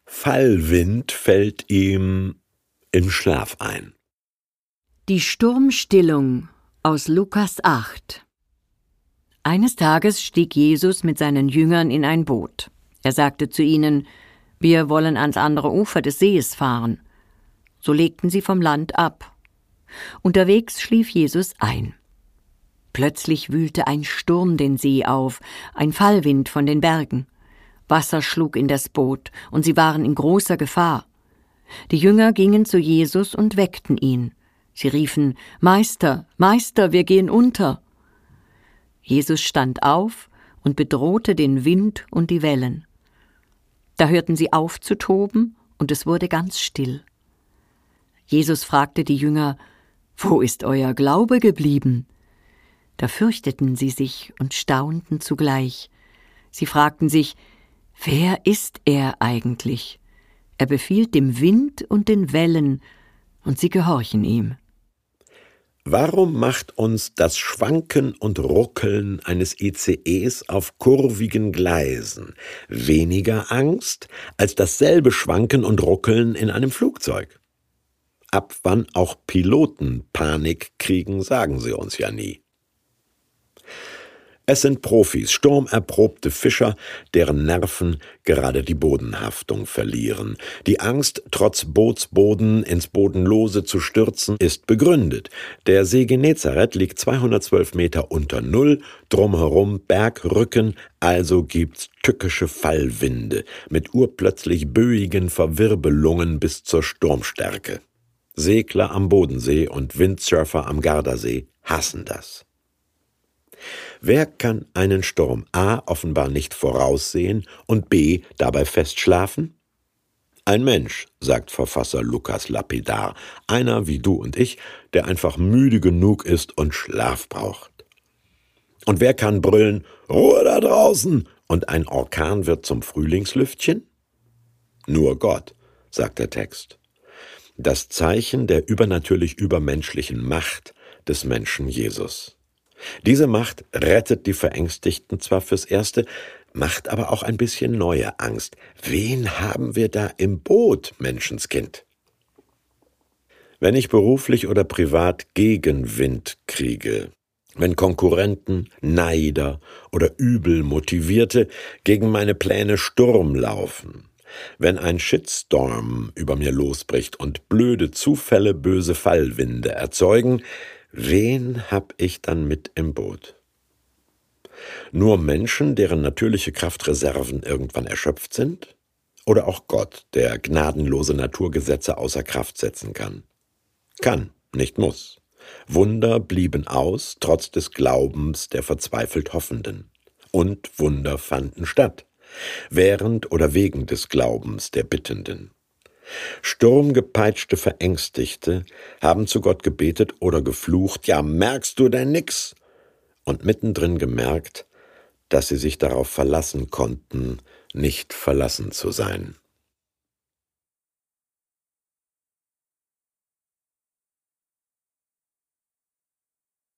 Fallwind fällt ihm im Schlaf ein. Die Sturmstillung aus Lukas 8. Eines Tages stieg Jesus mit seinen Jüngern in ein Boot. Er sagte zu ihnen: Wir wollen ans andere Ufer des Sees fahren. So legten sie vom Land ab. Unterwegs schlief Jesus ein. Plötzlich wühlte ein Sturm den See auf, ein Fallwind von den Bergen. Wasser schlug in das Boot, und sie waren in großer Gefahr. Die Jünger gingen zu Jesus und weckten ihn. Sie riefen: Meister, Meister, wir gehen unter. Jesus stand auf und bedrohte den Wind und die Wellen. Da hörten sie auf zu toben, und es wurde ganz still. Jesus fragte die Jünger: Wo ist euer Glaube geblieben? Da fürchteten sie sich und staunten zugleich. Sie fragten sich: Wer ist er eigentlich? Er befiehlt dem Wind und den Wellen, und sie gehorchen ihm. Warum macht uns das Schwanken und Ruckeln eines ICEs auf kurvigen Gleisen weniger Angst als dasselbe Schwanken und Ruckeln in einem Flugzeug? Ab wann auch Piloten Panik kriegen, sagen sie uns ja nie. Es sind Profis, sturmerprobte Fischer, deren Nerven gerade die Bodenhaftung verlieren. Die Angst, trotz Bootsboden ins Bodenlose zu stürzen, ist begründet. Der See Genezareth liegt 212 Meter unter Null, drumherum Bergrücken, also gibt's tückische Fallwinde mit urplötzlich böigen Verwirbelungen bis zur Sturmstärke. Segler am Bodensee und Windsurfer am Gardasee hassen das. Wer kann einen Sturm A offenbar nicht voraussehen und B dabei festschlafen? Ein Mensch, sagt Verfasser Lukas lapidar, einer wie du und ich, der einfach müde genug ist und Schlaf braucht. Und wer kann brüllen: Ruhe da draußen, und ein Orkan wird zum Frühlingslüftchen? Nur Gott, sagt der Text. Das Zeichen der übernatürlich übermenschlichen Macht des Menschen Jesus. Diese Macht rettet die Verängstigten zwar fürs Erste, macht aber auch ein bisschen neue Angst. Wen haben wir da im Boot, Menschenskind? Wenn ich beruflich oder privat Gegenwind kriege, wenn Konkurrenten, Neider oder Übelmotivierte gegen meine Pläne Sturm laufen, wenn ein Shitstorm über mir losbricht und blöde Zufälle böse Fallwinde erzeugen, wen hab ich dann mit im Boot? Nur Menschen, deren natürliche Kraftreserven irgendwann erschöpft sind? Oder auch Gott, der gnadenlose Naturgesetze außer Kraft setzen kann? Kann, nicht muss. Wunder blieben aus, trotz des Glaubens der verzweifelt Hoffenden. Und Wunder fanden statt, während oder wegen des Glaubens der Bittenden. Sturmgepeitschte Verängstigte haben zu Gott gebetet oder geflucht: Ja, merkst du denn nix? Und mittendrin gemerkt, dass sie sich darauf verlassen konnten, nicht verlassen zu sein.